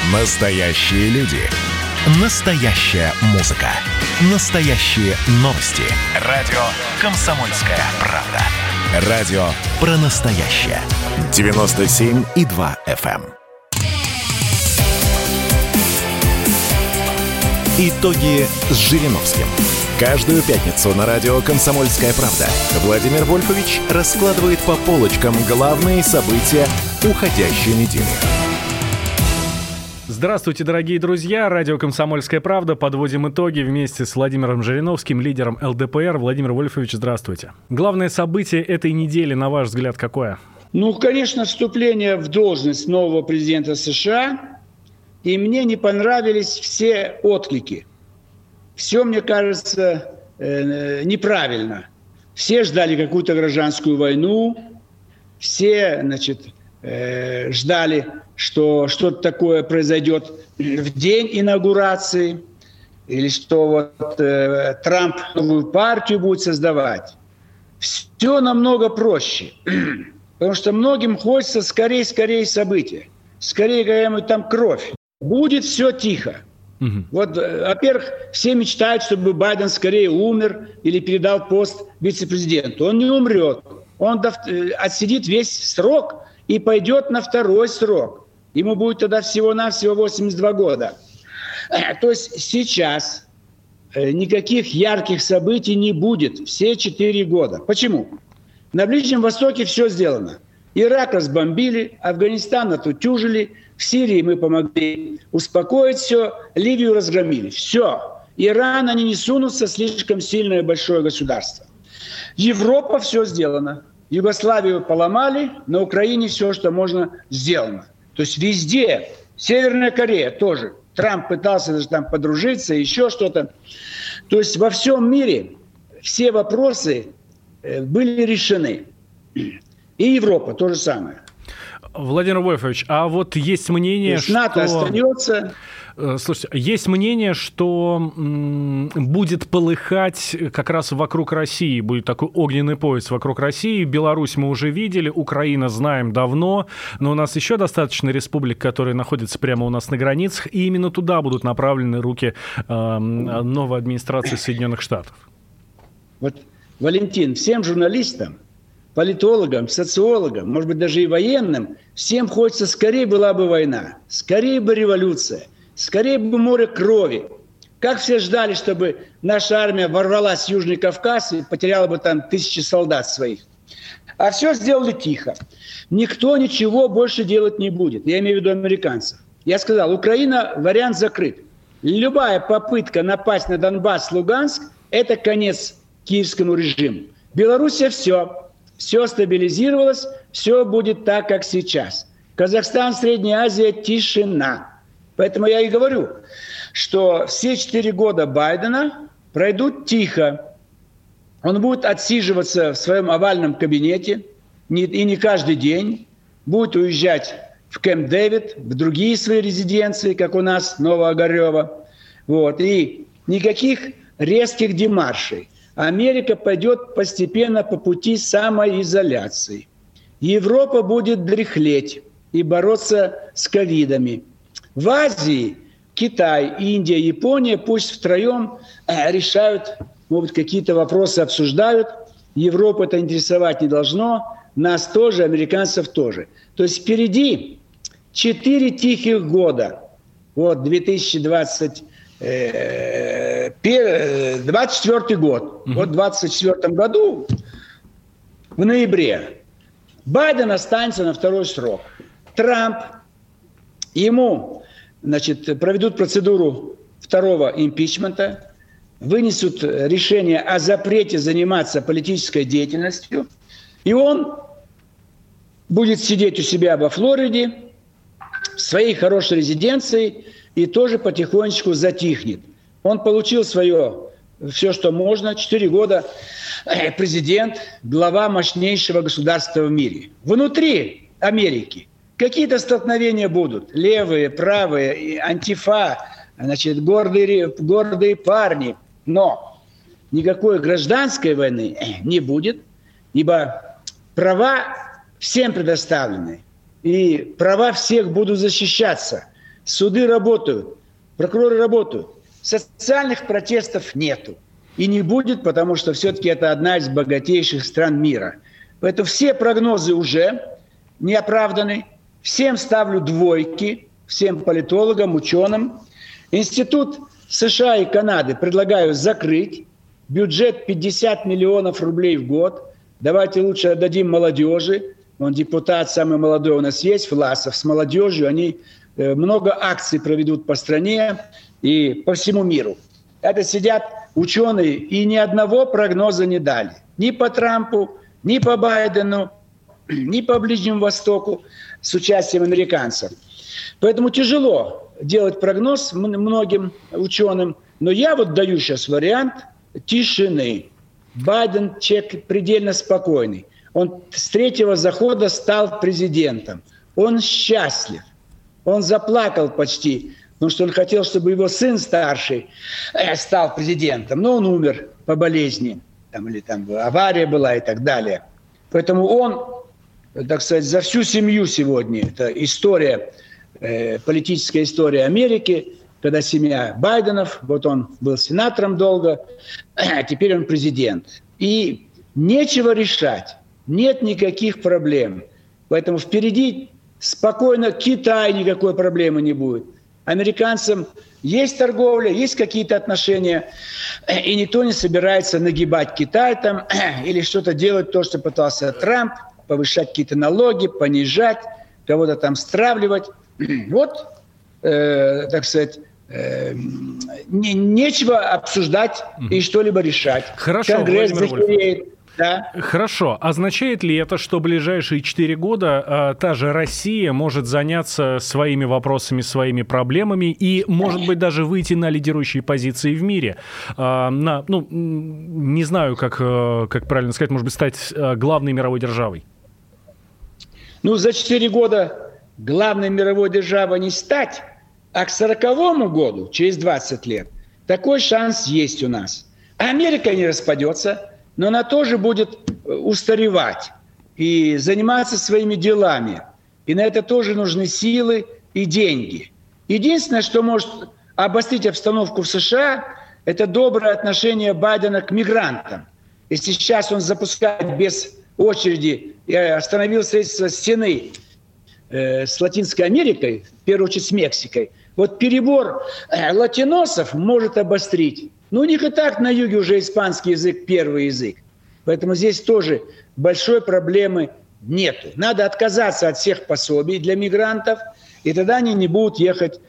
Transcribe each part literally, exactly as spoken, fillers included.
Настоящие люди. Настоящая музыка. Настоящие новости. Радио «Комсомольская правда». Радио про настоящее. девяносто семь и два эф эм. Итоги с Жириновским. Каждую пятницу на радио «Комсомольская правда» Владимир Вольфович раскладывает по полочкам главные события уходящей недели. Здравствуйте, дорогие друзья. Радио «Комсомольская правда». Подводим итоги вместе с Владимиром Жириновским, лидером эл дэ пэ эр. Владимир Вольфович, здравствуйте. Главное событие этой недели, на ваш взгляд, какое? Ну, конечно, вступление в должность нового президента США. И мне не понравились все отклики. Все, мне кажется, э, неправильно. Все ждали какую-то гражданскую войну. Все, значит, э, ждали, что что-то такое произойдет в день инаугурации. Или что вот э, Трамп новую партию будет создавать. Все намного проще. Потому что многим хочется скорее-скорее события. Скорее, какая-нибудь там кровь. Будет все тихо. Угу. Вот, во-первых, все мечтают, чтобы Байден скорее умер или передал пост вице-президенту. Он не умрет. Он отсидит весь срок и пойдет на второй срок. Ему будет тогда всего-навсего восемьдесят два года. То есть сейчас никаких ярких событий не будет все четыре года. Почему? На Ближнем Востоке все сделано. Ирак разбомбили, Афганистан отутюжили, в Сирии мы помогли успокоить все, Ливию разгромили. Все. Иран они не сунутся, слишком сильное большое государство. Европа все сделано. Югославию поломали, на Украине все, что можно, сделано. То есть везде. Северная Корея тоже. Трамп пытался даже там подружиться, еще что-то. То есть во всем мире все вопросы были решены. И Европа то же самое. Владимир Вольфович, а вот есть мнение, что... НАТО остается... Слушайте, есть мнение, что м, будет полыхать как раз вокруг России, будет такой огненный пояс вокруг России. Беларусь мы уже видели, Украина знаем давно, но у нас еще достаточно республик, которые находятся прямо у нас на границах, и именно туда будут направлены руки э, новой администрации Соединенных Штатов. Вот, Валентин, всем журналистам, политологам, социологам, может быть, даже и военным, всем хочется, скорее была бы война, скорее бы революция, скорее бы море крови. Как все ждали, чтобы наша армия ворвалась в Южный Кавказ и потеряла бы там тысячи солдат своих. А все сделали тихо. Никто ничего больше делать не будет. Я имею в виду американцев. Я сказал, Украина, вариант закрыт. Любая попытка напасть на Донбасс, Луганск – это конец киевскому режиму. Белоруссия – все. Все стабилизировалось, все будет так, как сейчас. Казахстан, Средняя Азия – тишина. Поэтому я и говорю, что все четыре года Байдена пройдут тихо. Он будет отсиживаться в своем овальном кабинете, и не каждый день. Будет уезжать в Кэмп-Дэвид, в другие свои резиденции, как у нас, Новоогарево. Вот. И никаких резких демаршей. Америка пойдет постепенно по пути самоизоляции. Европа будет дряхлеть и бороться с ковидами. В Азии Китай, Индия, Япония пусть втроем решают, может, какие-то вопросы обсуждают. Европу это интересовать не должно, нас тоже, американцев тоже. То есть впереди четыре тихих года. Вот две тысячи двадцать двадцать четвёртый год. Mm-hmm. Вот в двадцать четвёртом году, в ноябре, Байден останется на второй срок. Трамп, ему, значит, проведут процедуру второго импичмента, вынесут решение о запрете заниматься политической деятельностью, и он будет сидеть у себя во Флориде, в своей хорошей резиденции, и тоже потихонечку затихнет. Он получил свое, все, что можно, четыре года президент, глава мощнейшего государства в мире. Внутри Америки какие-то столкновения будут. Левые, правые, антифа, значит, гордые, гордые парни. Но никакой гражданской войны не будет, ибо права всем предоставлены. И права всех будут защищаться. суды работают, прокуроры работают. Социальных протестов нету. И не будет, потому что все-таки это одна из богатейших стран мира. Поэтому все прогнозы уже не оправданы. Всем ставлю двойки, всем политологам, ученым. Институт США и Канады предлагаю закрыть. Бюджет пятьдесят миллионов рублей в год. Давайте лучше отдадим молодежи. Он депутат самый молодой у нас есть, Власов, с молодежью. Они много акций проведут по стране и по всему миру. Это сидят ученые и ни одного прогноза не дали. Ни по Трампу, ни по Байдену, ни по Ближнему Востоку с участием американцев. Поэтому тяжело делать прогноз многим ученым. Но я вот даю сейчас вариант тишины. Байден человек предельно спокойный. Он с третьего захода стал президентом. Он счастлив. Он заплакал почти, потому что он хотел, чтобы его сын старший стал президентом. Но он умер по болезни. Там, или там авария была и так далее. Поэтому он, так сказать, за всю семью сегодня. Это история, э, политическая история Америки, когда семья Байденов, вот он был сенатором долго, а теперь он президент. И нечего решать. Нет никаких проблем. Поэтому впереди спокойно Китай, никакой проблемы не будет. Американцам есть торговля, есть какие-то отношения, и никто не собирается нагибать Китай там, или что-то делать, то, что пытался Трамп, повышать какие-то налоги, понижать, кого-то там стравливать. Вот, э, так сказать, э, не, нечего обсуждать и что-либо решать. Хорошо, Конгресс захереет. Да. Хорошо. Означает ли это, что ближайшие четыре года э, та же Россия может заняться своими вопросами, своими проблемами и, может быть, даже выйти на лидирующие позиции в мире? Э, на, ну, не знаю, как, э, как правильно сказать, может быть, стать э, главной мировой державой? Ну, за четыре года главной мировой державой не стать, а к сороковому году, через двадцать лет, такой шанс есть у нас. Америка не распадется, но она тоже будет устаревать и заниматься своими делами. И на это тоже нужны силы и деньги. Единственное, что может обострить обстановку в США, это доброе отношение Байдена к мигрантам. Если сейчас он запускает без очереди и остановил строительство стены э, с Латинской Америкой, в первую очередь с Мексикой, вот перебор э, латиносов может обострить. Ну, у них и так на юге уже испанский язык первый язык. Поэтому здесь тоже большой проблемы нету. Надо отказаться от всех пособий для мигрантов, и тогда они не будут ехать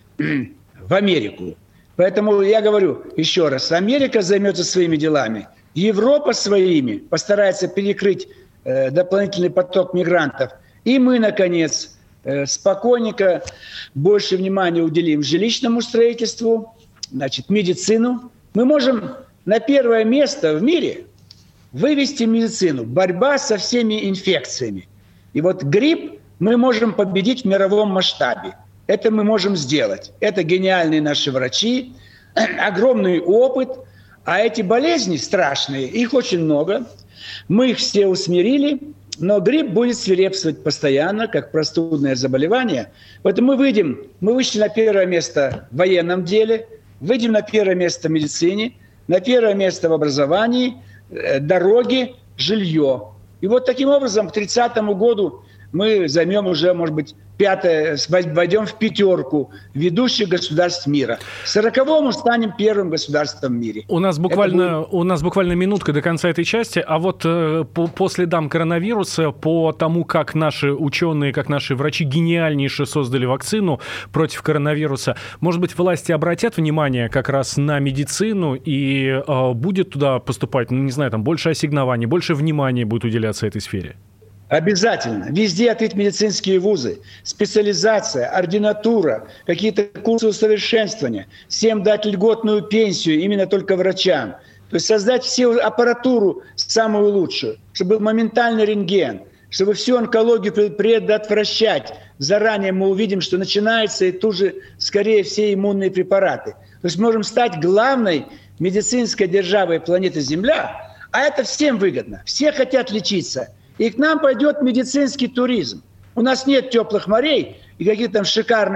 в Америку. Поэтому я говорю еще раз, Америка займется своими делами, Европа своими, постарается перекрыть э, дополнительный поток мигрантов. И мы, наконец, э, спокойненько больше внимания уделим жилищному строительству, значит, медицину. Мы можем на первое место в мире вывести медицину. Борьба со всеми инфекциями. И вот грипп мы можем победить в мировом масштабе. Это мы можем сделать. Это гениальные наши врачи, огромный опыт. А эти болезни страшные, их очень много. Мы их все усмирили, но грипп будет свирепствовать постоянно, как простудное заболевание. Поэтому мы выйдем, мы вышли на первое место в военном деле, выйдем на первое место в медицине, на первое место в образовании, дороги, жилье. И вот таким образом к тридцатому году мы займем уже, может быть, пятое, войдем в пятерку ведущих государств мира. К сороковому станем первым государством в мире. У нас буквально, будет... у нас буквально минутка до конца этой части. А вот э, по, по следам коронавируса, по тому, как наши ученые, как наши врачи гениальнейше создали вакцину против коронавируса, может быть, власти обратят внимание как раз на медицину и э, будет туда поступать, ну, не знаю, там больше ассигнований, больше внимания будет уделяться этой сфере? Обязательно. Везде открыть медицинские вузы, специализация, ординатура, какие-то курсы усовершенствования, всем дать льготную пенсию именно только врачам. То есть создать всю аппаратуру самую лучшую, чтобы был моментальный рентген, чтобы всю онкологию предотвращать. Заранее мы увидим, что начинается и тут же скорее все иммунные препараты. То есть можем стать главной медицинской державой планеты Земля, а это всем выгодно. Все хотят лечиться. И к нам пойдет медицинский туризм. У нас нет теплых морей и каких-то там шикарных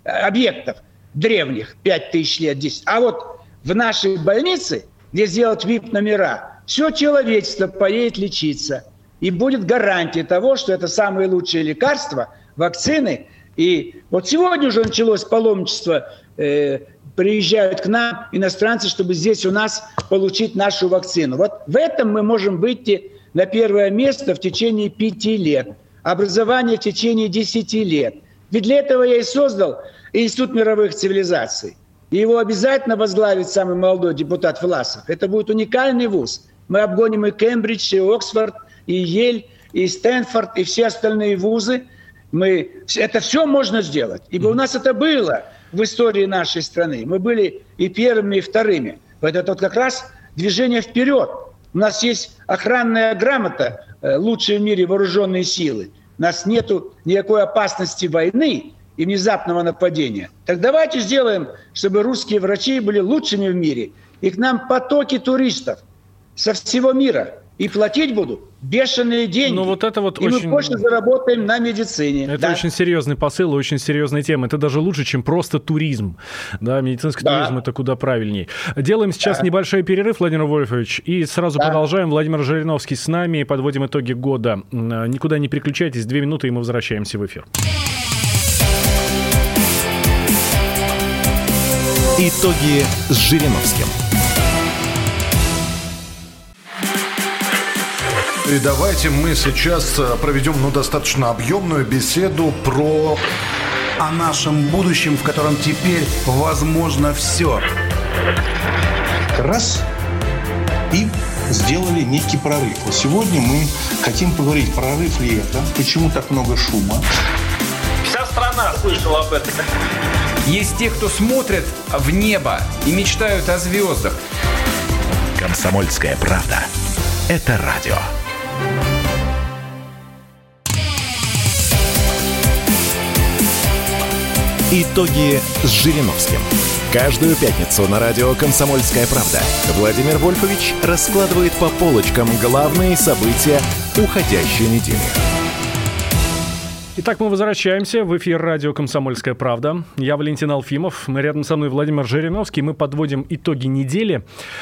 объектов древних, пять тысяч лет, десять. А вот в нашей больнице, где сделают ви ай пи-номера, все человечество поедет лечиться. И будет гарантия того, что это самые лучшие лекарства, вакцины. И вот сегодня уже началось паломничество, э, приезжают к нам иностранцы, чтобы здесь у нас получить нашу вакцину. Вот в этом мы можем выйти на первое место в течение пяти лет. Образование в течение десяти лет. Ведь для этого я и создал Институт мировых цивилизаций. И его обязательно возглавит самый молодой депутат Власов. Это будет уникальный вуз. Мы обгоним и Кембридж, и Оксфорд, и Ель, и Стэнфорд, и все остальные вузы. Мы... Это все можно сделать. Ибо у нас это было в истории нашей страны. Мы были и первыми, и вторыми. Поэтому это вот как раз движение вперед. У нас есть охранная грамота, лучшие в мире вооруженные силы. У нас нет никакой опасности войны и внезапного нападения. Так давайте сделаем, чтобы русские врачи были лучшими в мире. И к нам потоки туристов со всего мира. И платить будут бешеные деньги. Ну, вот это вот и очень... мы больше заработаем на медицине. Это да. очень серьезный посыл и очень серьезная тема. Это даже лучше, чем просто туризм. Да, медицинский да. туризм — это куда правильнее. Делаем сейчас да. небольшой перерыв, Владимир Вольфович, и сразу да. продолжаем. Владимир Жириновский с нами. Подводим итоги года. Никуда не переключайтесь. Две минуты, и мы возвращаемся в эфир. Итоги с Жириновским. И давайте мы сейчас проведем ну, достаточно объемную беседу про... о нашем будущем, в котором теперь возможно все. Раз и сделали некий прорыв. Вот сегодня мы хотим поговорить, прорыв ли это, почему так много шума. Вся страна слышала об этом. Есть те, кто смотрят в небо и мечтают о звездах. «Комсомольская правда» — это радио. Итоги с Жириновским. Каждую пятницу на радио «Комсомольская правда» Владимир Вольфович раскладывает по полочкам главные события уходящей недели. Итак, мы возвращаемся в эфир радио «Комсомольская правда». Я Валентин Алфимов. Рядом со мной Владимир Жириновский. Мы подводим итоги недели.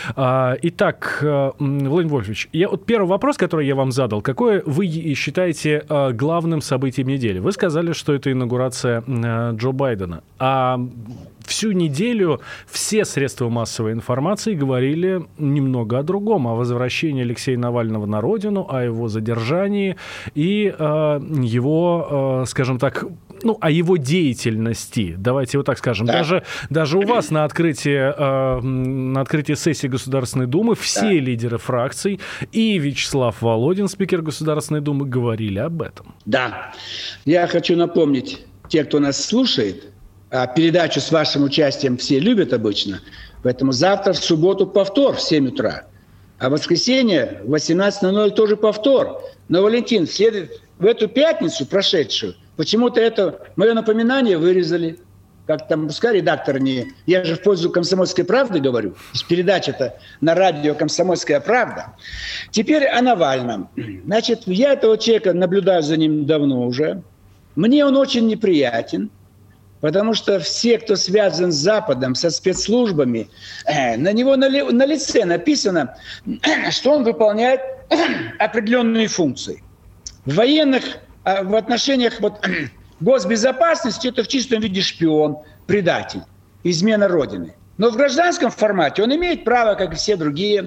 Итак, Владимир Вольфович, я, вот первый вопрос, который я вам задал. Какое вы считаете главным событием недели? Вы сказали, что это инаугурация Джо Байдена. А всю неделю все средства массовой информации говорили немного о другом. О возвращении Алексея Навального на родину, о его задержании и э, его, э, скажем так, ну, о его деятельности. Давайте вот так скажем. Да. Даже, даже у вас на открытии, э, на открытии сессии Государственной Думы все да. лидеры фракций и Вячеслав Володин, спикер Государственной Думы, говорили об этом. Да. Я хочу напомнить, те, кто нас слушает, а передачу с вашим участием все любят обычно, поэтому завтра в субботу повтор в семь утра, а в воскресенье в восемнадцать ноль ноль тоже повтор. Но, Валентин, в эту пятницу прошедшую почему-то это мое напоминание вырезали. Как там, пускай редактор не... Я же в пользу «Комсомольской правды» говорю. Передача-то на радио «Комсомольская правда». Теперь о Навальном. Значит, я этого человека наблюдаю за ним давно уже. Мне он очень неприятен. Потому что все, кто связан с Западом, со спецслужбами, на него на, ли, на лице написано, что он выполняет определенные функции. В военных, в отношениях вот, госбезопасности это в чистом виде шпион, предатель, измена Родины. Но в гражданском формате он имеет право, как и все другие,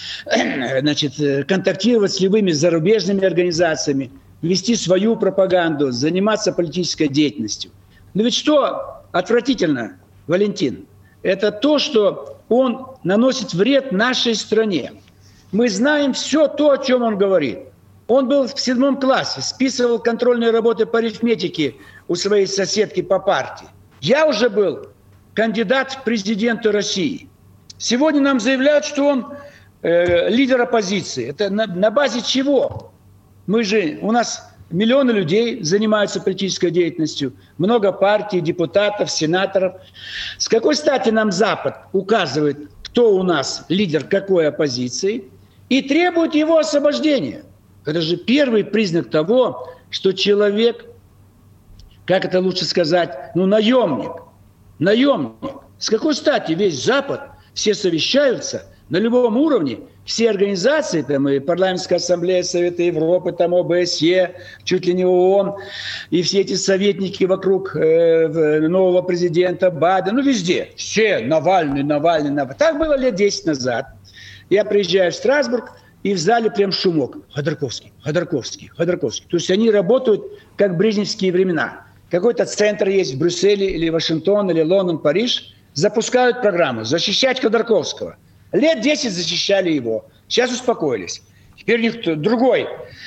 значит, контактировать с любыми зарубежными организациями, вести свою пропаганду, заниматься политической деятельностью. Но ведь что отвратительно, Валентин, это то, что он наносит вред нашей стране. Мы знаем все то, о чем он говорит. Он был в седьмом классе, списывал контрольные работы по арифметике у своей соседки по партии. Я уже был кандидат в президенты России. Сегодня нам заявляют, что он э, лидер оппозиции. Это на, на базе чего? Мы же, у нас... Миллионы людей занимаются политической деятельностью, много партий, депутатов, сенаторов. С какой стати нам Запад указывает, кто у нас лидер какой оппозиции, и требует его освобождения? Это же первый признак того, что человек, как это лучше сказать, ну, наемник. Наемник. С какой стати весь Запад, все совещаются на любом уровне, все организации, там и Парламентская ассамблея Совета Европы, там ОБСЕ, чуть ли не ООН, и все эти советники вокруг э, нового президента Байдена, ну везде, все, Навальный, Навальный, Навальный. Так было лет десять назад. Я приезжаю в Страсбург, и в зале прям шумок. Ходорковский, Ходорковский, Ходорковский. То есть они работают как брежневские времена. Какой-то центр есть в Брюсселе, или Вашингтон, или Лондон, Париж, запускают программу «Защищать Ходорковского». Лет десять защищали его. Сейчас успокоились. Теперь никто другой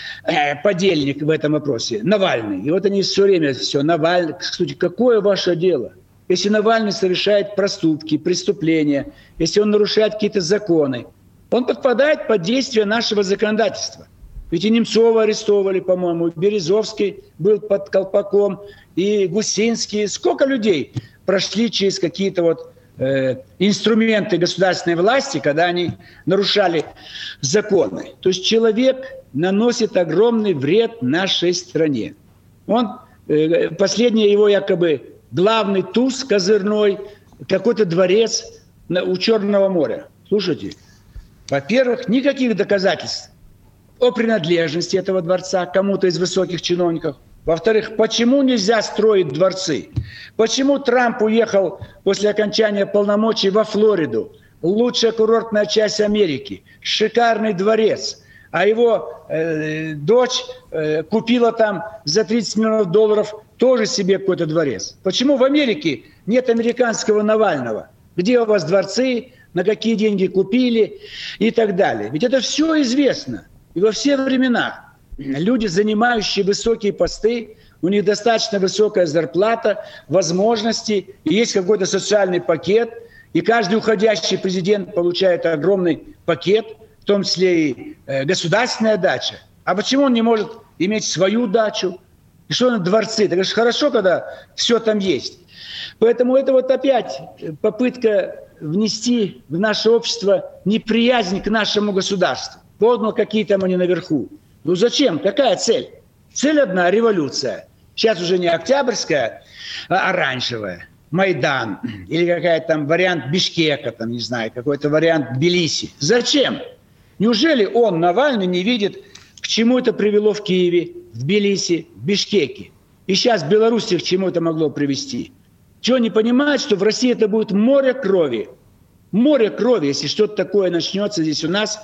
э, подельник в этом вопросе – Навальный. И вот они все время все Навальный. Кстати, какое ваше дело? Если Навальный совершает проступки, преступления, если он нарушает какие-то законы, он подпадает под действие нашего законодательства. Ведь и Немцова арестовали, по-моему, и Березовский был под колпаком, и Гусинский. Сколько людей прошли через какие-то вот э, инструменты государственной власти, когда они нарушали законы. То есть человек наносит огромный вред нашей стране. Он, э, последний его якобы главный туз козырной, какой-то дворец на, у Черного моря. Слушайте, во-первых, никаких доказательств о принадлежности этого дворца кому-то из высоких чиновников. Во-вторых, почему нельзя строить дворцы? Почему Трамп уехал после окончания полномочий во Флориду? Лучшая курортная часть Америки. Шикарный дворец. А его э, дочь э, купила там за тридцать миллионов долларов тоже себе какой-то дворец. Почему в Америке нет американского Навального? Где у вас дворцы, на какие деньги купили и так далее? Ведь это все известно. И во все времена люди, занимающие высокие посты, у них достаточно высокая зарплата, возможности, и есть какой-то социальный пакет, и каждый уходящий президент получает огромный пакет, в том числе и э, государственная дача. А почему он не может иметь свою дачу? И что на дворцы? Так это же хорошо, когда все там есть. Поэтому это вот опять попытка внести в наше общество неприязнь к нашему государству. Вот, ну, какие там они наверху. Ну зачем? Какая цель? Цель одна – революция. Сейчас уже не октябрьская, а оранжевая. Майдан. Или какая-то там вариант Бишкека, там, не знаю, какой-то вариант Тбилиси. Зачем? Неужели он, Навальный, не видит, к чему это привело в Киеве, в Тбилиси, в Бишкеке? И сейчас в Беларуси к чему это могло привести? Чего не понимает, что в России это будет море крови. Море крови, если что-то такое начнется здесь у нас,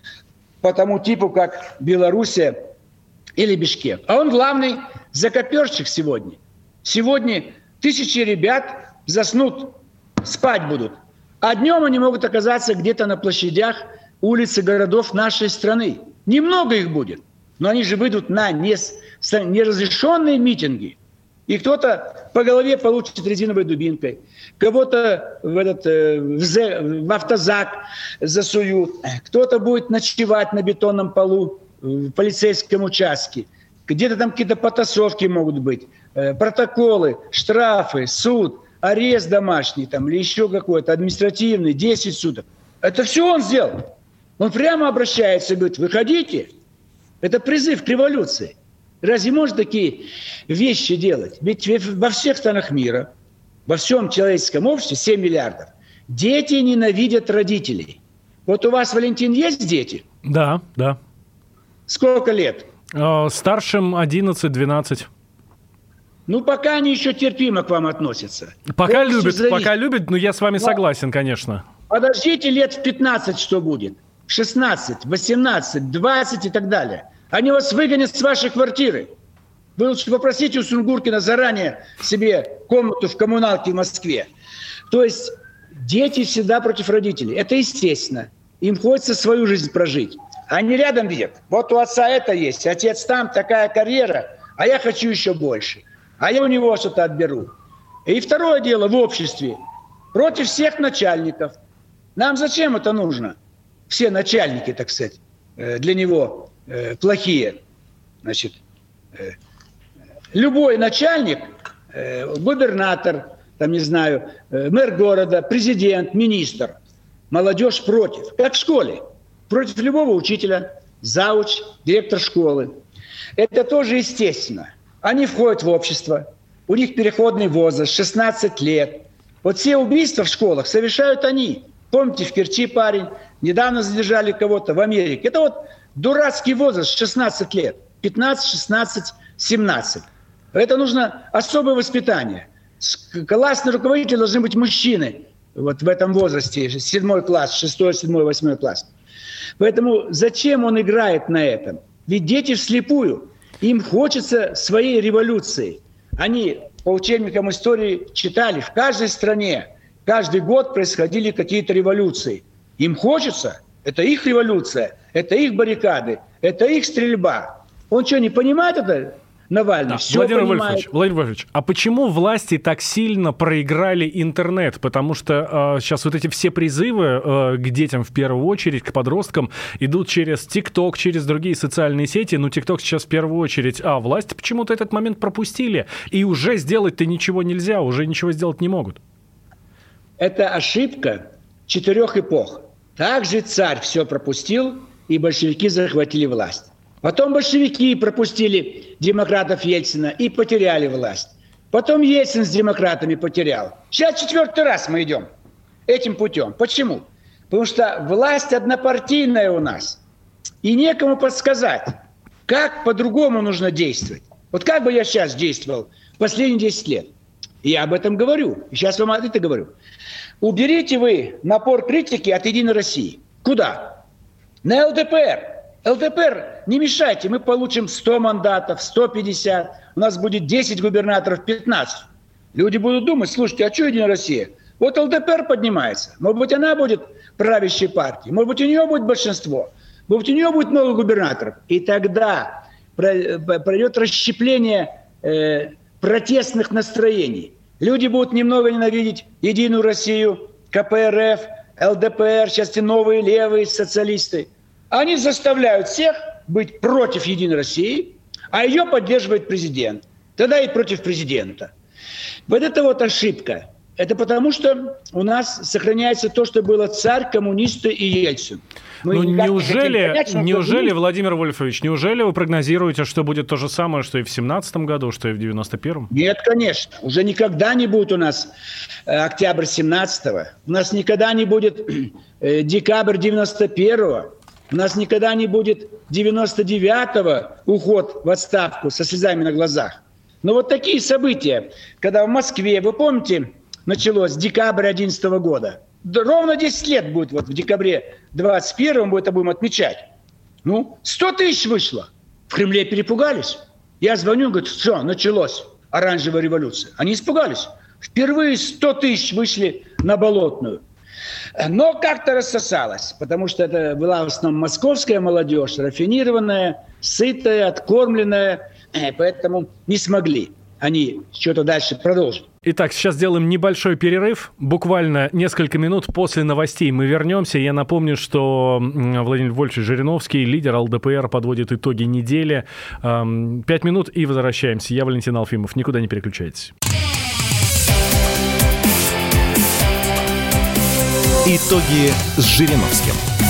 по тому типу, как Белоруссия или Бишкек. А он главный закоперщик сегодня. Сегодня тысячи ребят заснут, спать будут. А днем они могут оказаться где-то на площадях улиц и городов нашей страны. Немного их будет, но они же выйдут на неразрешенные митинги. И кто-то по голове получит резиновой дубинкой, кого-то в, этот, в, зе, в автозак засуют, кто-то будет ночевать на бетонном полу в полицейском участке. Где-то там какие-то потасовки могут быть, протоколы, штрафы, суд, арест домашний там, или еще какой-то административный, десять суток. Это все он сделал. Он прямо обращается и говорит: выходите. Это призыв к революции. Разве можно такие вещи делать? Ведь во всех странах мира, во всем человеческом обществе семь миллиардов, дети ненавидят родителей. Вот у вас, Валентин, есть дети? Да, да. Сколько лет? Э, старшим одиннадцать-двенадцать. Ну, пока они еще терпимо к вам относятся. Пока любят, пока любят, но я с вами но согласен, конечно. Подождите лет в пятнадцать, что будет? шестнадцать, восемнадцать, двадцать и так далее. Они вас выгонят с вашей квартиры. Вы лучше попросите у Сунгуркина заранее себе комнату в коммуналке в Москве. То есть дети всегда против родителей. Это естественно. Им хочется свою жизнь прожить. Они рядом видят. Вот у отца это есть. Отец там, такая карьера. А я хочу еще больше. А я у него что-то отберу. И второе дело в обществе. Против всех начальников. Нам зачем это нужно? Все начальники, так сказать, для него плохие. Значит, любой начальник, губернатор, там, не знаю, мэр города, президент, министр, молодежь против. Как в школе. Против любого учителя, зауч, директор школы. Это тоже естественно. Они входят в общество, у них переходный возраст, шестнадцать лет. Вот все убийства в школах совершают они. Помните, в Керчи парень, недавно задержали кого-то в Америке. Это вот дурацкий возраст, шестнадцать лет, пятнадцать, шестнадцать, семнадцать. Это нужно особое воспитание. Классные руководители должны быть мужчины вот в этом возрасте, седьмой класс, шестой, седьмой, восьмой класс. Поэтому зачем он играет на этом? Ведь дети вслепую, им хочется своей революции. Они по учебникам истории читали, в каждой стране каждый год происходили какие-то революции. Им хочется, это их революция, это их баррикады, это их стрельба. Он что, не понимает это? Навальный, да. все Владимир понимает. Вольфович, Владимир Вольфович, а почему власти так сильно проиграли интернет? Потому что э, сейчас вот эти все призывы э, к детям в первую очередь, к подросткам, идут через ТикТок, через другие социальные сети. Ну, ТикТок сейчас в первую очередь. А власти почему-то этот момент пропустили. И уже сделать-то ничего нельзя, уже ничего сделать не могут. Это ошибка четырех эпох. Также царь все пропустил, и большевики захватили власть. Потом большевики пропустили демократов Ельцина и потеряли власть. Потом Ельцин с демократами потерял. Сейчас четвертый раз мы идем этим путем. Почему? Потому что власть однопартийная у нас. И некому подсказать, как по-другому нужно действовать. Вот как бы я сейчас действовал последние десять лет. И я об этом говорю. И сейчас вам это говорю. Уберите вы напор критики от «Единой России». Куда? На эл дэ пэ эр. эл дэ пэ эр не мешайте, мы получим сто мандатов, сто пятьдесят, у нас будет десять губернаторов, пятнадцать. Люди будут думать, слушайте, а что Единая Россия? Вот эл дэ пэ эр поднимается, может быть, она будет правящей партией, может быть, у нее будет большинство, может быть, у нее будет много губернаторов. И тогда пройдет расщепление э, протестных настроений. Люди будут немного ненавидеть Единую Россию, ка пэ эр эф, эл дэ пэ эр, сейчас и новые левые социалисты. Они заставляют всех быть против Единой России, а ее поддерживает президент. Тогда и против президента. Вот это вот ошибка. Это потому, что у нас сохраняется то, что было царь, коммунисты и Ельцин. Мы ну, неужели, понять, неужели Владимир Вольфович, неужели вы прогнозируете, что будет то же самое, что и в семнадцатом году, что и в девяносто первом? Нет, конечно. Уже никогда не будет у нас э, октябрь семнадцатого. У нас никогда не будет э, декабрь девяносто первого. У нас никогда не будет девяносто девятого уход в отставку со слезами на глазах. Но вот такие события, когда в Москве, вы помните, началось декабрь одиннадцатого года. Ровно десять лет будет вот в декабре двадцать первого, мы это будем отмечать. Ну, сто тысяч вышло. В Кремле перепугались. Я звоню, говорю, все, началось. Оранжевая революция. Они испугались. Впервые сто тысяч вышли на Болотную. Но как-то рассосалось, потому что это была в основном московская молодежь, рафинированная, сытая, откормленная, поэтому не смогли они что-то дальше продолжить. Итак, сейчас сделаем небольшой перерыв. Буквально несколько минут после новостей мы вернемся. Я напомню, что Владимир Вольфович Жириновский, лидер эл дэ пэ эр, подводит итоги недели. Пять минут и возвращаемся. Я Валентин Алфимов. Никуда не переключайтесь. Итоги с Жириновским.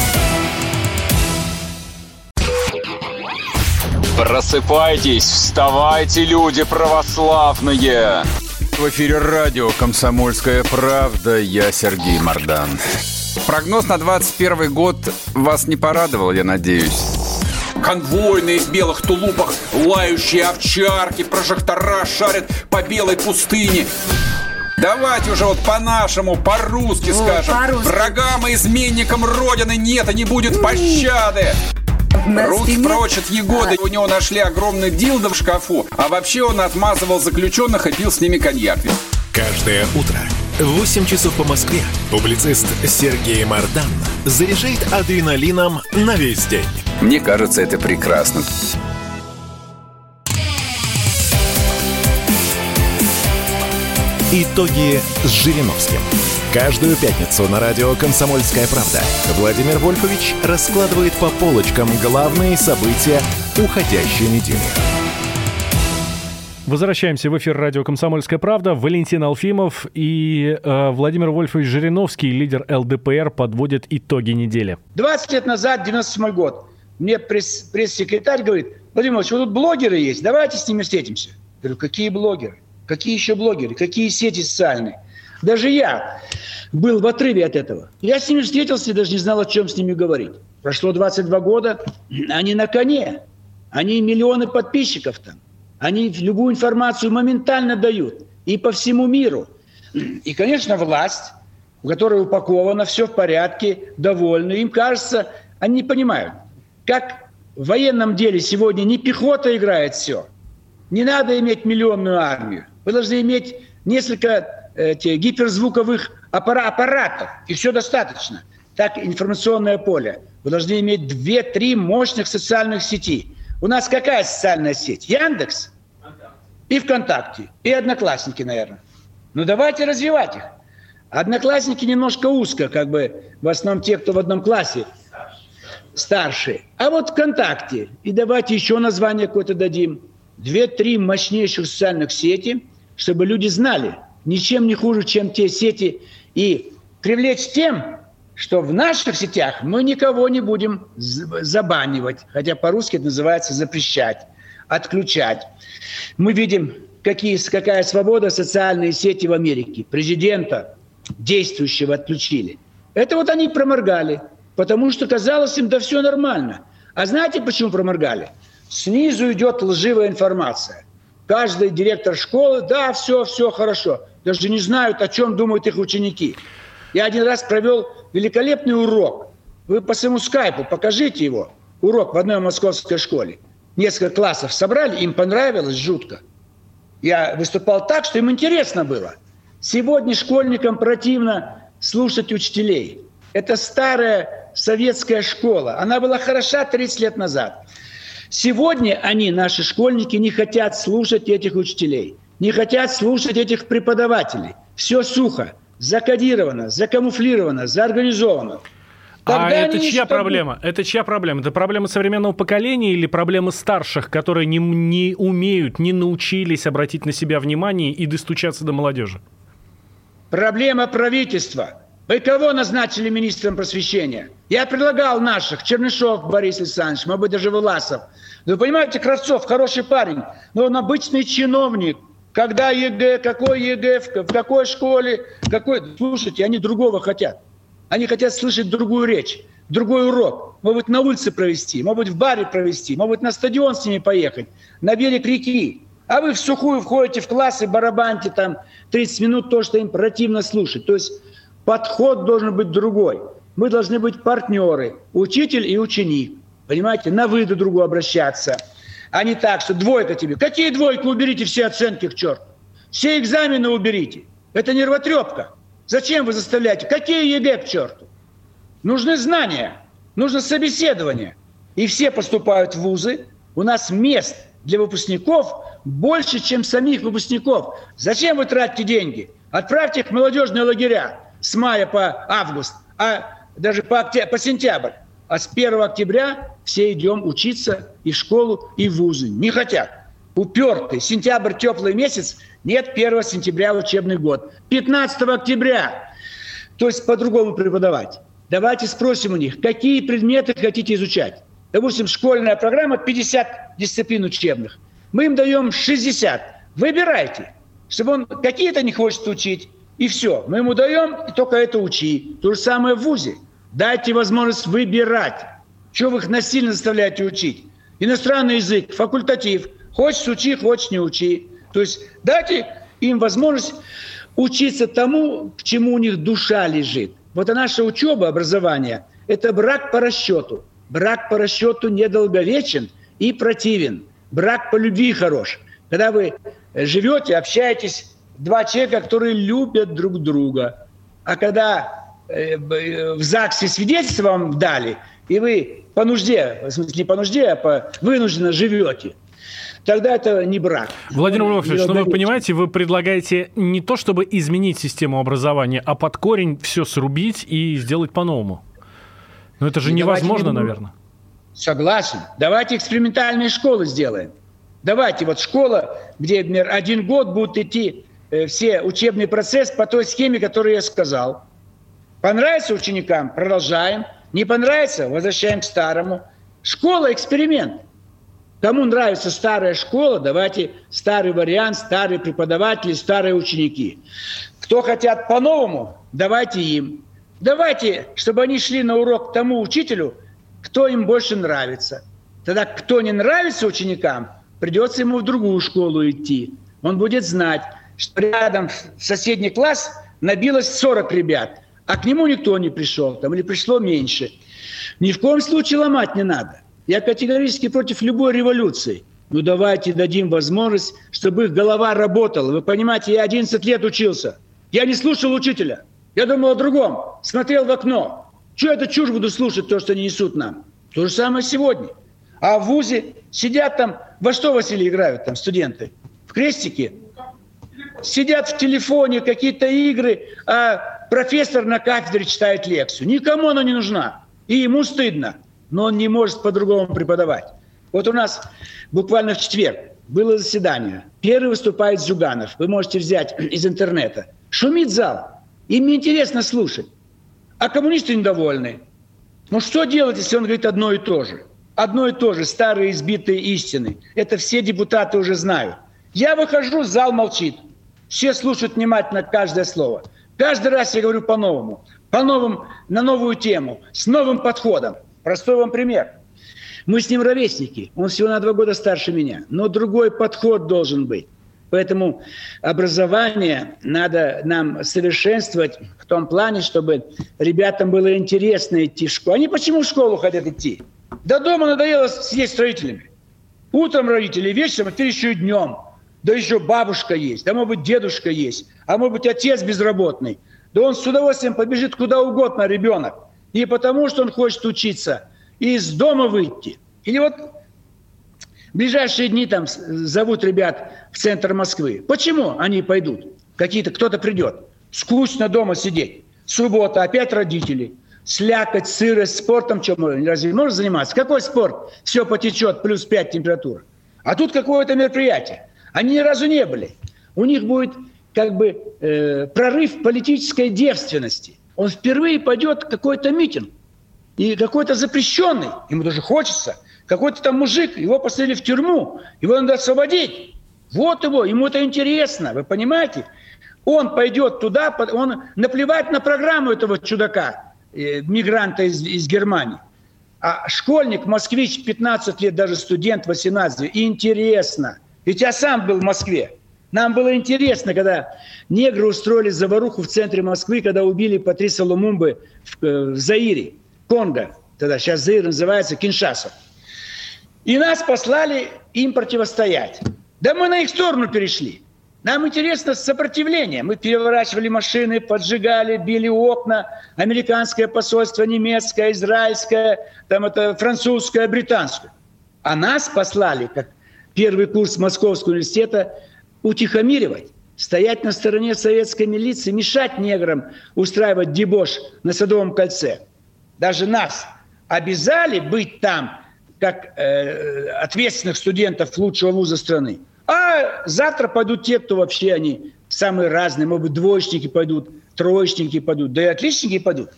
Просыпайтесь, вставайте, люди православные! В эфире радио «Комсомольская правда». Я Сергей Мордан. Прогноз на двадцать первый год вас не порадовал, я надеюсь. Конвойные в белых тулупах, лающие овчарки, прожектора шарят по белой пустыне. Давайте уже вот по-нашему, по-русски скажем. По-русски. Врагам и изменникам Родины нет и не будет пощады. Руки спине... прочь от Егоды. А. У него нашли огромный дилдо в шкафу. А вообще он отмазывал заключенных и пил с ними коньяк. Каждое утро в восемь часов по Москве публицист Сергей Мордан заряжает адреналином на весь день. Мне кажется, это прекрасно. Итоги с Жириновским. Каждую пятницу на радио «Комсомольская правда» Владимир Вольфович раскладывает по полочкам главные события уходящей недели. Возвращаемся в эфир радио «Комсомольская правда». Валентин Алфимов и э, Владимир Вольфович Жириновский, лидер эл дэ пэ эр, подводят итоги недели. двадцать лет назад, девяносто седьмой год, мне пресс- пресс-секретарь говорит: Владимир Вольфович, вот тут блогеры есть, давайте с ними встретимся. Я говорю, какие блогеры? Какие еще блогеры? Какие сети социальные? Даже я был в отрыве от этого. Я с ними встретился и даже не знал, о чем с ними говорить. Прошло двадцать два года, они на коне. Они миллионы подписчиков там. Они любую информацию моментально дают. И по всему миру. И, конечно, власть, у которой упаковано, все в порядке, довольны. Им кажется, они не понимают, как в военном деле сегодня не пехота играет все. Не надо иметь миллионную армию. Вы должны иметь несколько эти, гиперзвуковых аппара- аппаратов, и все достаточно. Так информационное поле. Вы должны иметь две-три мощных социальных сети. У нас какая социальная сеть? Яндекс? И ВКонтакте. И Одноклассники, наверное. Ну давайте развивать их. Одноклассники немножко узко, как бы в основном те, кто в одном классе старшие. А вот ВКонтакте. И давайте еще название какое-то дадим. Две-три мощнейших социальных сети, чтобы люди знали, ничем не хуже, чем те сети. И привлечь тем, что в наших сетях мы никого не будем забанивать. Хотя по-русски это называется запрещать, отключать. Мы видим, какие, какая свобода социальные сети в Америке. Президента действующего отключили. Это вот они проморгали, потому что казалось им, да все нормально. А знаете, почему проморгали? Снизу идет лживая информация. Каждый директор школы, да, все, все хорошо. Даже не знают, о чем думают их ученики. Я один раз провел великолепный урок. Вы по своему скайпу покажите его. Урок в одной московской школе. Несколько классов собрали, им понравилось жутко. Я выступал так, что им интересно было. Сегодня школьникам противно слушать учителей. Это старая советская школа. Она была хороша тридцать лет назад. Сегодня они, наши школьники, не хотят слушать этих учителей. Не хотят слушать этих преподавателей. Все сухо, закодировано, закамуфлировано, заорганизовано. Тогда а это чья проблема? Будут. Это чья проблема? Это проблема современного поколения или проблема старших, которые не, не умеют, не научились обратить на себя внимание и достучаться до молодежи? Проблема правительства. Вы кого назначили министром просвещения? Я предлагал наших. Чернышов Борис Александрович, может быть, даже Власов. Вы понимаете, Кравцов хороший парень, но он обычный чиновник. Когда ЕГЭ, какой ЕГЭ, в какой школе, какой... Слушайте, они другого хотят. Они хотят слышать другую речь, другой урок. Может быть, на улице провести, может быть, в баре провести, может быть, на стадион с ними поехать, на берег реки. А вы в сухую входите в класс и барабаньте там тридцать минут то, что им противно слушать. То есть подход должен быть другой. Мы должны быть партнеры, учитель и ученик. Понимаете, на вы друг другу обращаться. А не так, что двойка тебе. Какие двойки? Уберите все оценки к черту. Все экзамены уберите. Это нервотрепка. Зачем вы заставляете? Какие ЕГЭ к черту? Нужны знания, нужно собеседование. И все поступают в вузы. У нас мест для выпускников больше, чем самих выпускников. Зачем вы тратите деньги? Отправьте их в молодежные лагеря с мая по август, а даже по, октябрь, по сентябрь. А с первого октября все идем учиться и в школу, и в вузы. Не хотят. Упертый. Сентябрь, теплый месяц. Нет, первого сентября учебный год. пятнадцатого октября. То есть по-другому преподавать. Давайте спросим у них, какие предметы хотите изучать. Допустим, школьная программа пятьдесят дисциплин учебных. Мы им даем шестьдесят. Выбирайте. Чтобы он какие-то не хочет учить. И все. Мы ему даем, и только это учи. То же самое в вузе. Дайте возможность выбирать. Чего вы их насильно заставляете учить? Иностранный язык, факультатив. Хочешь учи, хочешь не учи. То есть дайте им возможность учиться тому, к чему у них душа лежит. Вот и наша учеба, образование – это брак по расчету. Брак по расчету недолговечен и противен. Брак по любви хорош. Когда вы живете, общаетесь, два человека, которые любят друг друга. А когда э, в ЗАГСе свидетельство вам дали, и вы по нужде, в смысле не по нужде, а по вынужденно живете, тогда это не брак. Владимир Вольфович, ну вы понимаете, вы предлагаете не то, чтобы изменить систему образования, а под корень все срубить и сделать по-новому. Но это же и невозможно, не наверное. Согласен. Давайте экспериментальные школы сделаем. Давайте вот школа, где, например, один год будут идти э, все учебный процесс по той схеме, которую я сказал. Понравится ученикам – продолжаем. Не понравится – возвращаем к старому. Школа – эксперимент. Кому нравится старая школа, давайте старый вариант, старые преподаватели, старые ученики. Кто хотят по-новому, давайте им. Давайте, чтобы они шли на урок к тому учителю, кто им больше нравится. Тогда кто не нравится ученикам, придется ему в другую школу идти. Он будет знать, что рядом в соседний класс набилось сорок ребят, а к нему никто не пришел, там, или пришло меньше. Ни в коем случае ломать не надо. Я категорически против любой революции. Ну давайте дадим возможность, чтобы их голова работала. Вы понимаете, я одиннадцать лет учился. Я не слушал учителя. Я думал о другом. Смотрел в окно. Чего я эту чушь буду слушать, то, что они несут нам? То же самое сегодня. А в вузе сидят там, во что, Василий, играют там студенты? В крестики? Сидят в телефоне, какие-то игры, а профессор на кафедре читает лекцию. Никому она не нужна. И ему стыдно. Но он не может по-другому преподавать. Вот у нас буквально в четверг было заседание. Первый выступает Зюганов. Вы можете взять из интернета. Шумит зал. Им неинтересно слушать. А коммунисты недовольны. Ну что делать, если он говорит одно и то же? Одно и то же, старые избитые истины. Это все депутаты уже знают. Я выхожу, зал молчит. Все слушают внимательно каждое слово. Каждый раз я говорю по-новому. По-новому, на новую тему, с новым подходом. Простой вам пример. Мы с ним ровесники. Он всего на два года старше меня. Но другой подход должен быть. Поэтому образование надо нам совершенствовать в том плане, чтобы ребятам было интересно идти в школу. Они почему в школу хотят идти? До дома надоело сидеть с родителями. Утром родители, вечером, а теперь еще и днем. Да еще бабушка есть, да может быть дедушка есть, а может быть отец безработный. Да он с удовольствием побежит куда угодно, ребенок. Не потому, что он хочет учиться, и из дома выйти. Или вот в ближайшие дни там зовут ребят в центр Москвы. Почему они пойдут? Какие-то, кто-то придет. Скучно дома сидеть. Суббота, опять родители. Слякоть, сырость, спортом. Чем, разве можно заниматься? Какой спорт? Все потечет, плюс пять температура. А тут какое-то мероприятие. Они ни разу не были. У них будет как бы э, прорыв политической девственности. Он впервые пойдет в какой-то митинг. И какой-то запрещенный, ему даже хочется, какой-то там мужик, его посадили в тюрьму, его надо освободить. Вот его, ему это интересно, вы понимаете? Он пойдет туда, он наплевать на программу этого чудака, э, мигранта из, из Германии. А школьник, москвич, пятнадцать лет, даже студент, восемнадцать, интересно. Ведь я сам был в Москве. Нам было интересно, когда негры устроили заваруху в центре Москвы, когда убили Патриса Лумумбы в, э, в Заире, Конго. Тогда сейчас Заир называется Киншаса. И нас послали им противостоять. Да мы на их сторону перешли. Нам интересно сопротивление. Мы переворачивали машины, поджигали, били окна. Американское посольство, немецкое, израильское, там это французское, британское. А нас послали, как первый курс Московского университета, утихомиривать, стоять на стороне советской милиции, мешать неграм устраивать дебош на Садовом кольце. Даже нас обязали быть там, как э, ответственных студентов лучшего вуза страны. А завтра пойдут те, кто вообще они самые разные. Может быть, двоечники пойдут, троечники пойдут, да и отличники пойдут.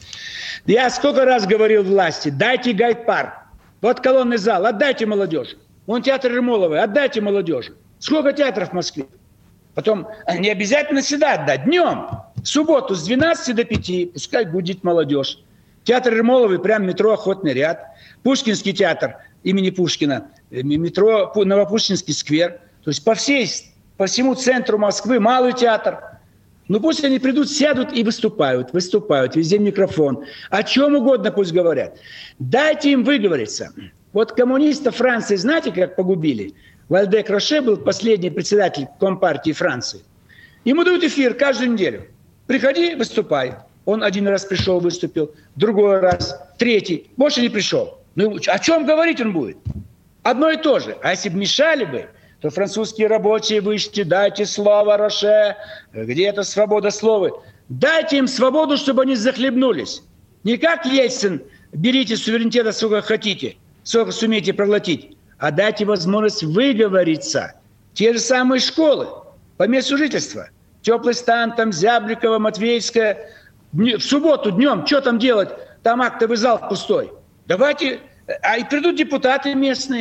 Я сколько раз говорил власти, дайте гайд-парк. Вот колонный зал, отдайте молодежи. Вон театр Ермоловой, отдайте молодежи. Сколько театров в Москве? Потом не обязательно сюда отдать. Днем, в субботу с двенадцати до пяти, пускай гудит молодежь. Театр Ермоловой, прям метро Охотный ряд. Пушкинский театр имени Пушкина, метро Новопушкинский сквер. То есть по, всей, по всему центру Москвы малый театр. Ну пусть они придут, сядут и выступают, выступают, везде микрофон. О чем угодно пусть говорят. Дайте им выговориться. Вот коммунистов Франции знаете, как погубили? Вальдек Роше был последний председатель Компартии Франции. Ему дают эфир каждую неделю. Приходи, выступай. Он один раз пришел, выступил, другой раз, третий. Больше не пришел. Ну, о чем говорить он будет? Одно и то же. А если бы мешали бы, то французские рабочие вышли, дайте слово Роше, где это свобода слова? Дайте им свободу, чтобы они захлебнулись. Не как Ельцин, берите суверенитета сколько хотите, сколько сумеете проглотить. А дайте возможность выговориться. Те же самые школы по месту жительства. Теплый стан, там Зябликова, Матвеевская. В субботу днем, что там делать? Там актовый зал пустой. Давайте, а и придут депутаты местные.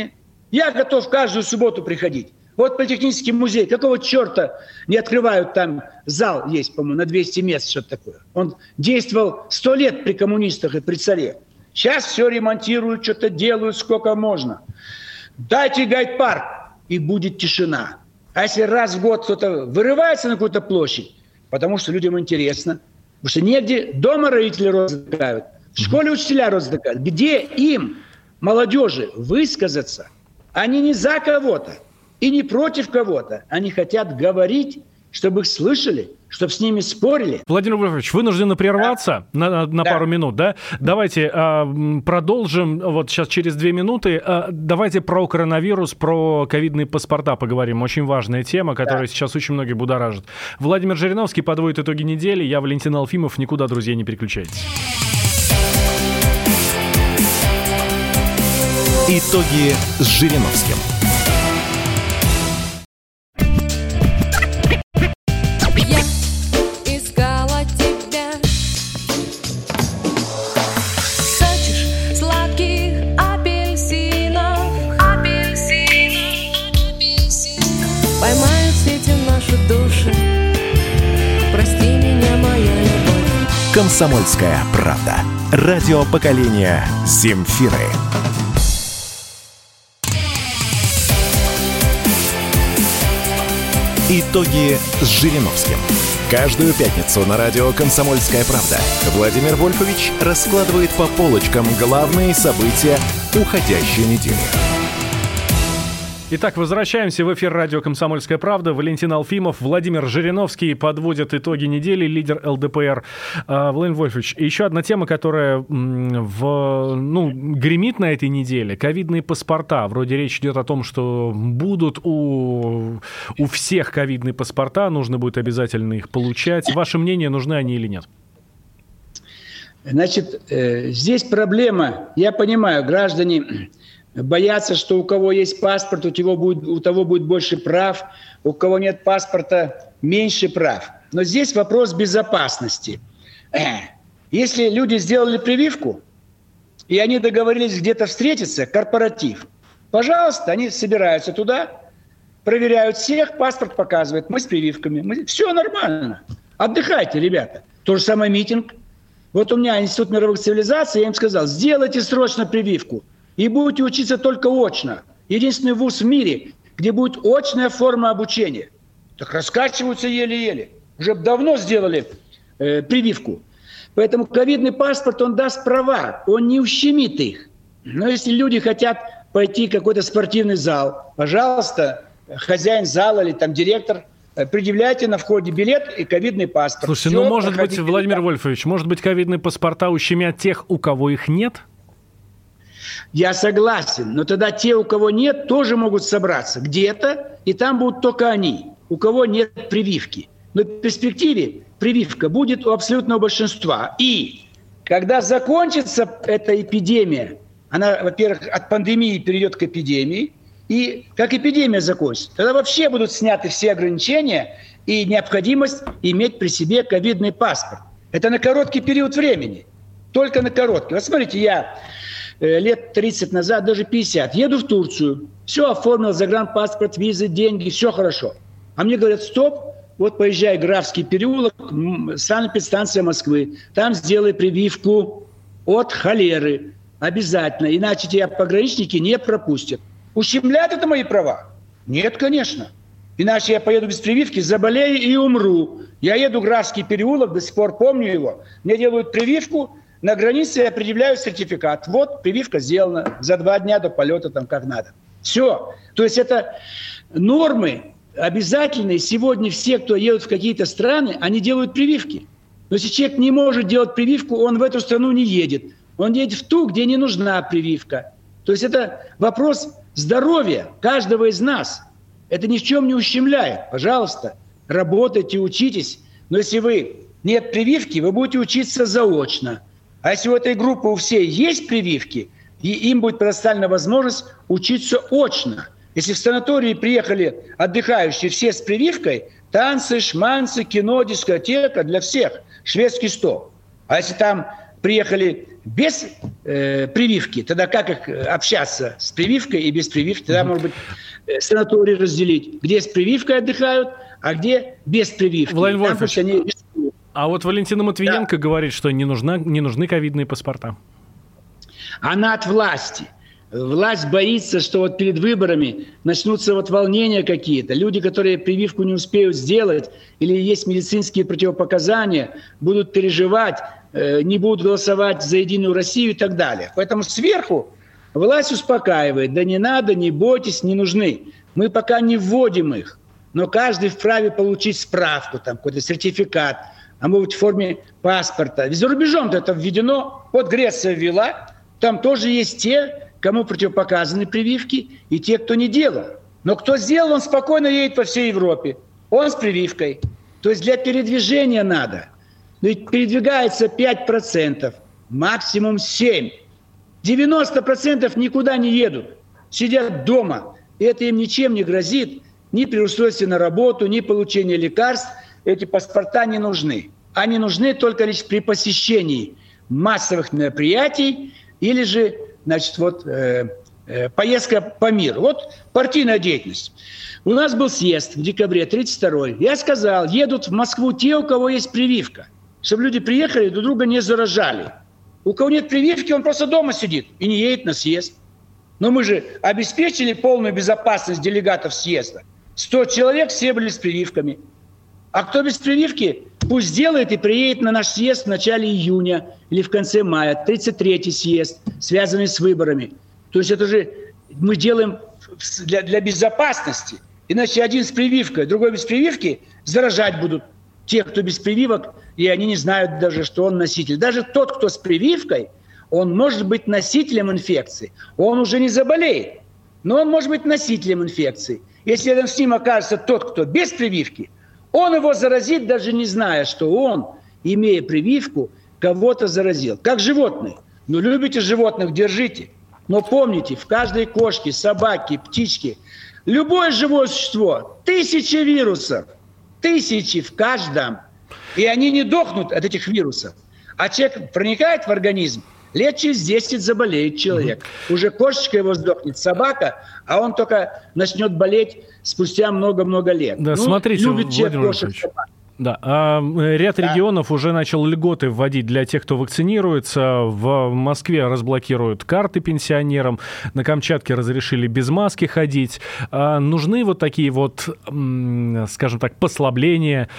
Я готов каждую субботу приходить. Вот Политехнический музей, какого черта не открывают там, зал есть, по-моему, на двести мест, что-то такое. Он действовал сто лет при коммунистах и при царе. Сейчас все ремонтируют, что-то делают, сколько можно. Дайте гайд-парк, и будет тишина. А если раз в год кто-то вырывается на какую-то площадь, потому что людям интересно, потому что негде, дома родители рот затыкают, в школе учителя рот затыкают. Где им, молодежи, высказаться? Они не за кого-то и не против кого-то. Они хотят говорить, чтобы их слышали, чтобы с ними спорили. Владимир Вольфович, вынуждены прерваться да. на, на да. пару минут, да? Давайте э, продолжим вот сейчас через две минуты. Э, давайте про коронавирус, про ковидные паспорта поговорим. Очень важная тема, которая да. сейчас очень многих будоражит. Владимир Жириновский подводит итоги недели. Я Валентин Алфимов. Никуда, друзья, не переключайтесь. Итоги с Жириновским. «Комсомольская правда». Радио поколения Земфиры. Итоги с Жириновским. Каждую пятницу на радио «Комсомольская правда» Владимир Вольфович раскладывает по полочкам главные события уходящей недели. Итак, возвращаемся в эфир радио «Комсомольская правда». Валентин Алфимов, Владимир Жириновский подводят итоги недели, лидер эл дэ пэ эр. А, Владимир Вольфович, еще одна тема, которая в, ну, гремит на этой неделе. Ковидные паспорта. Вроде речь идет о том, что будут у, у всех ковидные паспорта, нужно будет обязательно их получать. Ваше мнение, нужны они или нет? Значит, э, здесь проблема, я понимаю, граждане... боятся, что у кого есть паспорт, у того, будет, у того будет больше прав, у кого нет паспорта меньше прав. Но здесь вопрос безопасности. Если люди сделали прививку, и они договорились где-то встретиться, корпоратив, пожалуйста, они собираются туда, проверяют всех, паспорт показывает, мы с прививками. Мы... Все нормально. Отдыхайте, ребята. То же самое митинг. Вот у меня Институт мировых цивилизаций, я им сказал, сделайте срочно прививку. И будете учиться только очно. Единственный вуз в мире, где будет очная форма обучения. Так раскачиваются еле-еле. Уже давно сделали э, прививку. Поэтому ковидный паспорт, он даст права, он не ущемит их. Но если люди хотят пойти в какой-то спортивный зал, пожалуйста, хозяин зала или там директор, предъявляйте на входе билет и ковидный паспорт. Слушайте, Все, ну может быть, Владимир Вольфович, может быть, ковидные паспорта ущемят тех, у кого их нет? Я согласен, но тогда те, у кого нет, тоже могут собраться где-то, и там будут только они, у кого нет прививки. Но в перспективе прививка будет у абсолютного большинства. И когда закончится эта эпидемия, она, во-первых, от пандемии перейдет к эпидемии, и как эпидемия закончится, тогда вообще будут сняты все ограничения и необходимость иметь при себе ковидный паспорт. Это на короткий период времени, только на короткий. Вот смотрите, я... лет тридцать назад, даже пятьдесят, еду в Турцию, все оформил, загранпаспорт, визы, деньги, все хорошо. А мне говорят, стоп, вот поезжай в Графский переулок, санэпидстанция Москвы, там сделай прививку от холеры, обязательно, иначе тебя пограничники не пропустят. Ущемляют это мои права? Нет, конечно. Иначе я поеду без прививки, заболею и умру. Я еду в Графский переулок, до сих пор помню его, мне делают прививку, на границе я предъявляю сертификат. Вот, прививка сделана за два дня до полета, там как надо. Все. То есть это нормы обязательные. Сегодня все, кто едут в какие-то страны, они делают прививки. Но если человек не может делать прививку, он в эту страну не едет. Он едет в ту, где не нужна прививка. То есть это вопрос здоровья каждого из нас. Это ни в чем не ущемляет. Пожалуйста, работайте, учитесь. Но если вы нет прививки, вы будете учиться заочно. А если у этой группы у всей есть прививки, и им будет предоставлена возможность учиться очно. Если в санатории приехали отдыхающие все с прививкой, танцы, шманцы, кино, дискотека для всех, шведский стол. А если там приехали без э, прививки, тогда как их общаться с прививкой и без прививки? Тогда, может быть, санаторий разделить, где с прививкой отдыхают, а где без прививки. Владимир Вольфович, они... а вот Валентина Матвиенко да. говорит, что не, нужна, не нужны ковидные паспорта. Она от власти. Власть боится, что вот перед выборами начнутся вот волнения какие-то. Люди, которые прививку не успеют сделать или есть медицинские противопоказания, будут переживать, э, не будут голосовать за Единую Россию и так далее. Поэтому сверху власть успокаивает. Да не надо, не бойтесь, не нужны. Мы пока не вводим их, но каждый вправе получить справку, там какой-то сертификат, а может быть в форме паспорта. За рубежом-то это введено. Вот Греция ввела, там тоже есть те, кому противопоказаны прививки, и те, кто не делал. Но кто сделал, он спокойно едет по всей Европе. Он с прививкой. То есть для передвижения надо. Но ведь передвигается пять процентов, максимум семь процентов. девяносто процентов никуда не едут. Сидят дома. И это им ничем не грозит. Ни при устройстве на работу, ни получении лекарств. Эти паспорта не нужны. Они нужны только лишь при посещении массовых мероприятий или же Значит, вот э, э, поездка по миру. Вот партийная деятельность. У нас был съезд в декабре тридцать второй. Я сказал, едут в Москву те, у кого есть прививка. Чтобы люди приехали, друг друга не заражали. У кого нет прививки, он просто дома сидит и не едет на съезд. Но мы же обеспечили полную безопасность делегатов съезда. сто человек, все были с прививками. А кто без прививки, пусть сделает и приедет на наш съезд в начале июня или в конце мая, тридцать третий съезд, связанный с выборами. То есть это же мы делаем для, для безопасности. Иначе один с прививкой, другой без прививки заражать будут тех, кто без прививок, и они не знают даже, что он носитель. Даже тот, кто с прививкой, он может быть носителем инфекции. Он уже не заболеет, но он может быть носителем инфекции. Если рядом с ним окажется тот, кто без прививки, он его заразит, даже не зная, что он, имея прививку, кого-то заразил. Как животные. Ну, любите животных, держите. Но помните, в каждой кошке, собаке, птичке, любое живое существо, тысячи вирусов, тысячи в каждом. И они не дохнут от этих вирусов. А человек проникает в организм, лет через десять заболеет человек. Mm-hmm. Уже кошечка его сдохнет, собака, а он только начнет болеть спустя много-много лет. Да, ну, смотрите, любит человек кошек, собак. Да, а ряд да. регионов уже начал льготы вводить для тех, кто вакцинируется. В Москве разблокируют карты пенсионерам, на Камчатке разрешили без маски ходить. А нужны вот такие вот, скажем так, послабления,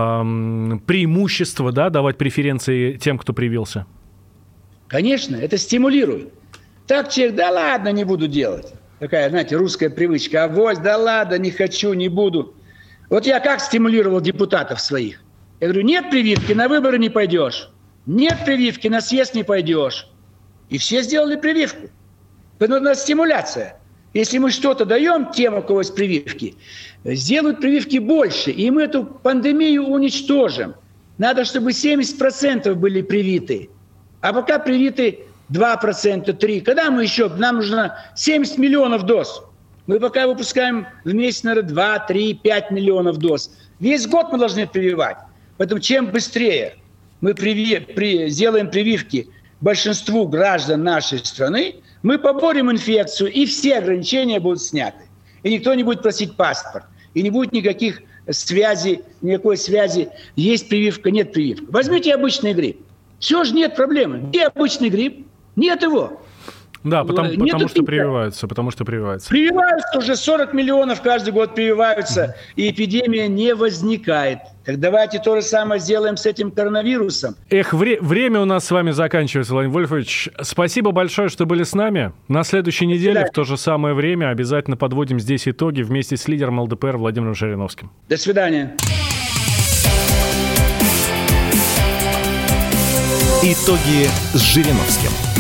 преимущества, да, давать преференции тем, кто привился? Конечно, это стимулирует. Так человек, да ладно, не буду делать. Такая, знаете, русская привычка. Авось, да ладно, не хочу, не буду. Вот я как стимулировал депутатов своих? Я говорю, нет прививки, на выборы не пойдешь. Нет прививки, на съезд не пойдешь. И все сделали прививку. Поэтому у нас стимуляция. Если мы что-то даем тем, у кого есть прививки, сделают прививки больше, и мы эту пандемию уничтожим. Надо, чтобы семьдесят процентов были привиты. А пока привиты два процента, три процента. Когда мы еще? Нам нужно семьдесят миллионов доз. Мы пока выпускаем в месяц, наверное, два, три, пять миллионов доз. Весь год мы должны прививать. Поэтому чем быстрее мы приви... при... сделаем прививки большинству граждан нашей страны, мы поборем инфекцию, и все ограничения будут сняты. И никто не будет просить паспорт. И не будет никаких связей, никакой связи. Есть прививка, нет прививки. Возьмите обычный грипп. Все же нет проблемы. Где обычный грипп? Нет его. Да, потому, потому что прививаются, потому что прививаются. Прививаются уже сорок миллионов каждый год прививаются, и эпидемия не возникает. Так давайте то же самое сделаем с этим коронавирусом. Эх, вре- время у нас с вами заканчивается, Владимир Вольфович. Спасибо большое, что были с нами. На следующей неделе в то же самое время обязательно подводим здесь итоги вместе с лидером ЛДПР Владимиром Жириновским. До свидания. Итоги с Жириновским.